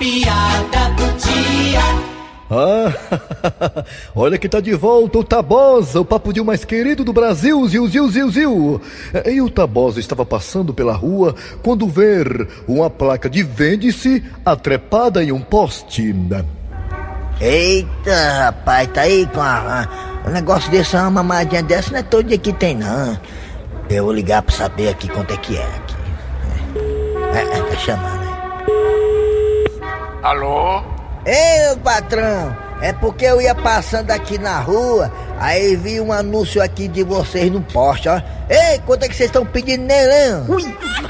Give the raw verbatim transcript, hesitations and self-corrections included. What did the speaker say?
piada do dia. Ah, olha que tá de volta o Tabosa, o papudinho mais querido do Brasil, ziu, ziu, ziu, ziu. E o Tabosa estava passando pela rua quando ver uma placa de vende-se atrepada em um poste. Eita, rapaz, tá aí com a, a, um negócio desse, uma mamadinha dessa não é todo dia que tem, não. Eu vou ligar pra saber aqui quanto é que é aqui. É, é, tá chamando aí. Alô? Ei, patrão, é porque eu ia passando aqui na rua, aí vi um anúncio aqui de vocês no poste, ó. Ei, quanto é que vocês estão pedindo nele, hein? Ui!